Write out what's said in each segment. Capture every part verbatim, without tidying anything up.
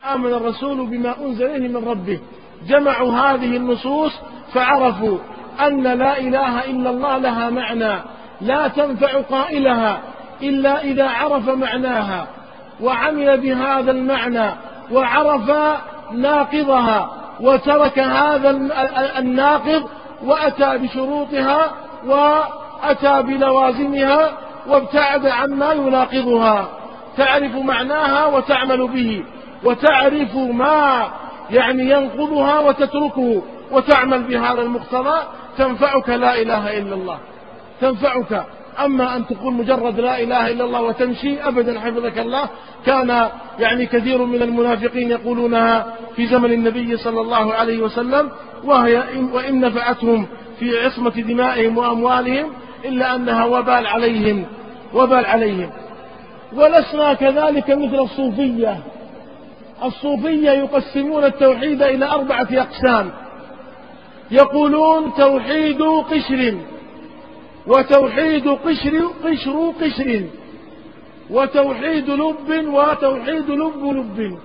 آمن الرسول بما أنزل إليه من ربه. جمعوا هذه النصوص فعرفوا أن لا إله إلا الله لها معنى لا تنفع قائلها إلا إذا عرف معناها وعمل بهذا المعنى وعرف ناقضها وترك هذا الناقض وأتى بشروطها وأتى بلوازمها وابتعد عما يناقضها. تعرف معناها وتعمل به، وتعرف ما يعني ينقضها وتتركه وتعمل بهذا المقتضى، تنفعك لا إله إلا الله، تنفعك. أما أن تقول مجرد لا إله إلا الله وتمشي أبدا حفظك الله. كان يعني كثير من المنافقين يقولونها في زمن النبي صلى الله عليه وسلم، وهي وإن نفعتهم في عصمة دمائهم وأموالهم إلا أنها وبال عليهم وبال عليهم. ولسنا كذلك مثل الصوفية. الصوفية يقسمون التوحيد إلى أربعة أقسام. يقولون توحيد قشر، وتوحيد قشر قشر قشر، وتوحيد لب، وتوحيد لب لب.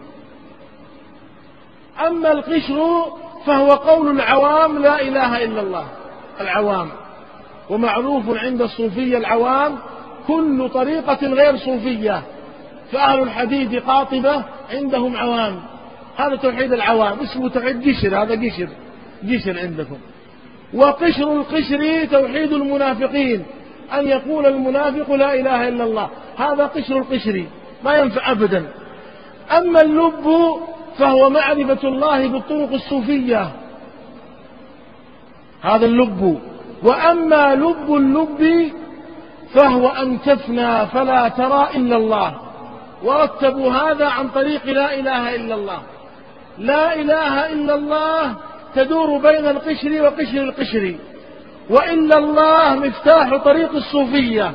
أما القشر فهو قول العوام لا إله إلا الله، العوام. ومعروف عند الصوفية العوام كل طريقة غير صوفية، فأهل الحديد قاطبة عندهم عوام، هذا توحيد العوام اسمه توحيد قشر، هذا قشر قشر عندكم. وقشر القشر توحيد المنافقين، أن يقول المنافق لا إله إلا الله، هذا قشر القشر ما ينفع أبدا. أما اللب فهو معرفة الله بالطرق الصوفية، هذا اللب. وأما لب اللب فهو أن تفنى فلا ترى إلا الله، ورتبوا هذا عن طريق لا إله إلا الله. لا إله إلا الله تدور بين القشر وقشر القشر، وإلا الله مفتاح طريق الصوفية،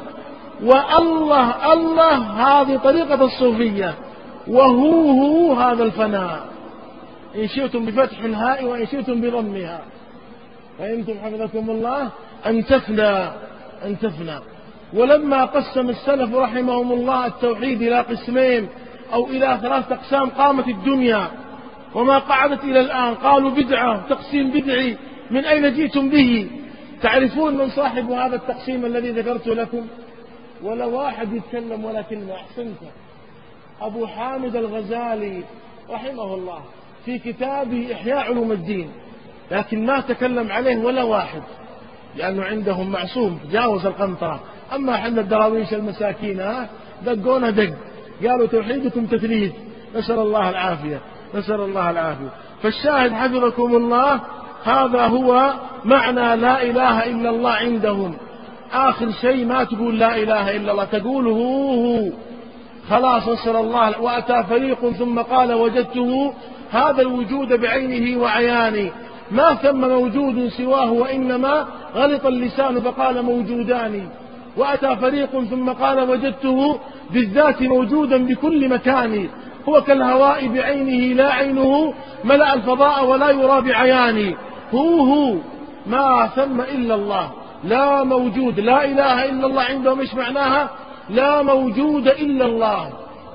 والله الله هذه طريقة الصوفية، وهو هو هذا الفناء، إن شئتم بفتح الهاء وإن شئتم بضمها، فإنتم حفظكم الله أن تفنى أن تفنى. ولما قسم السلف رحمهم الله التوحيد إلى قسمين أو إلى ثلاثة أقسام قامت الدنيا وما قعدت إلى الآن. قالوا بدعة، تقسيم بدعي، من أين جئتم به؟ تعرفون من صاحب هذا التقسيم الذي ذكرت لكم؟ ولا واحد يتكلم ولا كلمة. أحسنت. أبو حامد الغزالي رحمه الله في كتابه إحياء علوم الدين، لكن ما تكلم عليه ولا واحد، لأنه عندهم معصوم جاوز القنطرة. أما حنا الدراويش المساكين دقونا دق، قالوا توحيدكم تثليث، نسأل الله العافية نسأل الله العافية. فالشاهد حفظكم الله هذا هو معنى لا إله إلا الله عندهم. آخر شيء ما تقول لا إله إلا الله، تقول هو هو خلاص نسأل الله. وأتى فريق ثم قال وجدته، هذا الوجود بعينه وعيانه، ما ثم موجود سواه، وإنما غلط اللسان فقال موجودان. وأتى فريق ثم قال وجدته بالذات موجودا بكل مكان، هو كالهواء بعينه لا عينه ملأ الفضاء ولا يرى بعيانه. هو هو ما ثم إلا الله، لا موجود. لا إله إلا الله عندهم إيش معناها؟ لا موجود إلا الله،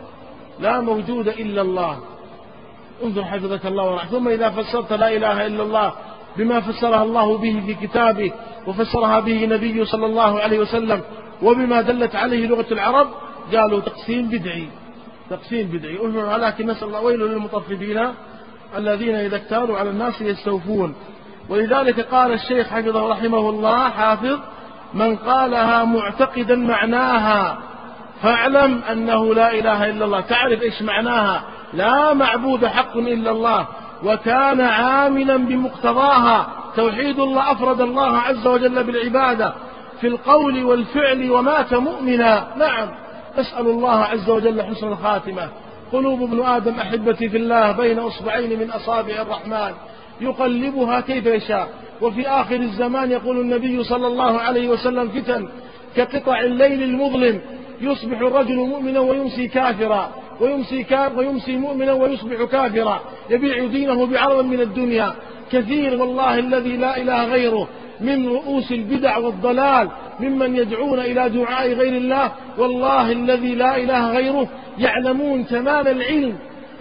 لا موجود إلا الله. انظر حفظك الله ورحمه. ثم إذا فسرت لا إله إلا الله بما فسرها الله به في كتابه وفسرها به نبيه صلى الله عليه وسلم وبما دلت عليه لغة العرب، قالوا تقسيم بدعي تقسيم بدعي. ولكن نسأل الله ويل للمطففين الذين إذا اكتالوا على الناس يستوفون. ولذلك قال الشيخ حفظه رحمه الله حافظ: من قالها معتقدا معناها فاعلم أنه لا إله إلا الله. تعرف إيش معناها؟ لا معبود حق إلا الله، وكان عاملا بمقتضاها. توحيد الله، أفرد الله عز وجل بالعبادة في القول والفعل، ومات مؤمنا. نعم، أسأل الله عز وجل حسن الخاتمة. قلوب ابن آدم أحبتي في الله بين أصبعين من أصابع الرحمن يقلبها كيف يشاء. وفي آخر الزمان يقول النبي صلى الله عليه وسلم: فتن كقطع الليل المظلم، يصبح الرجل مؤمنا ويمسي كافرا، ويمسي, كافر ويمسي مؤمنا ويصبح كافرا، يبيع دينه بعرض من الدنيا. كثير والله الذي لا إله غيره من رؤوس البدع والضلال ممن يدعون إلى دعاء غير الله، والله الذي لا إله غيره يعلمون تمام العلم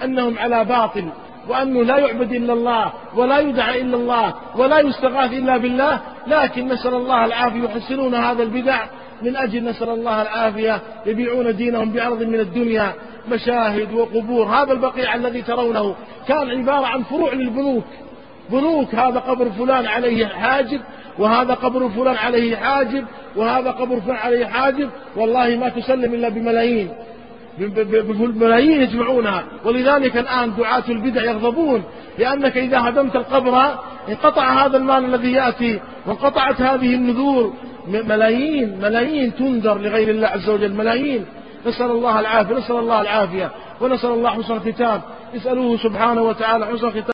أنهم على باطل، وأنه لا يعبد إلا الله ولا يدعى إلا الله ولا يستغاث إلا بالله، لكن نسأل الله العافية يحسنون هذا البدع من أجل نسأل الله العافية يبيعون دينهم بعرض من الدنيا، مشاهد وقبور. هذا البقيع الذي ترونه كان عبارة عن فروع للبنوك، بنوك، هذا قبر فلان عليه حاجب، وهذا قبر فلان عليه حاجب، وهذا قبر فلان عليه حاجب، والله ما تسلم إلا بملايين، بملايين يجمعونها. ولذلك الآن دعاة البدع يغضبون، لأنك إذا هدمت القبر انقطع هذا المال الذي يأتي، وانقطعت هذه النذور، ملايين ملايين تنذر لغير الله عز وجل، ملايين. نسأل الله العافية، نسأل الله العافية، ونسأل الله حسن الختام، اسألوه سبحانه وتعالى حسن الختام.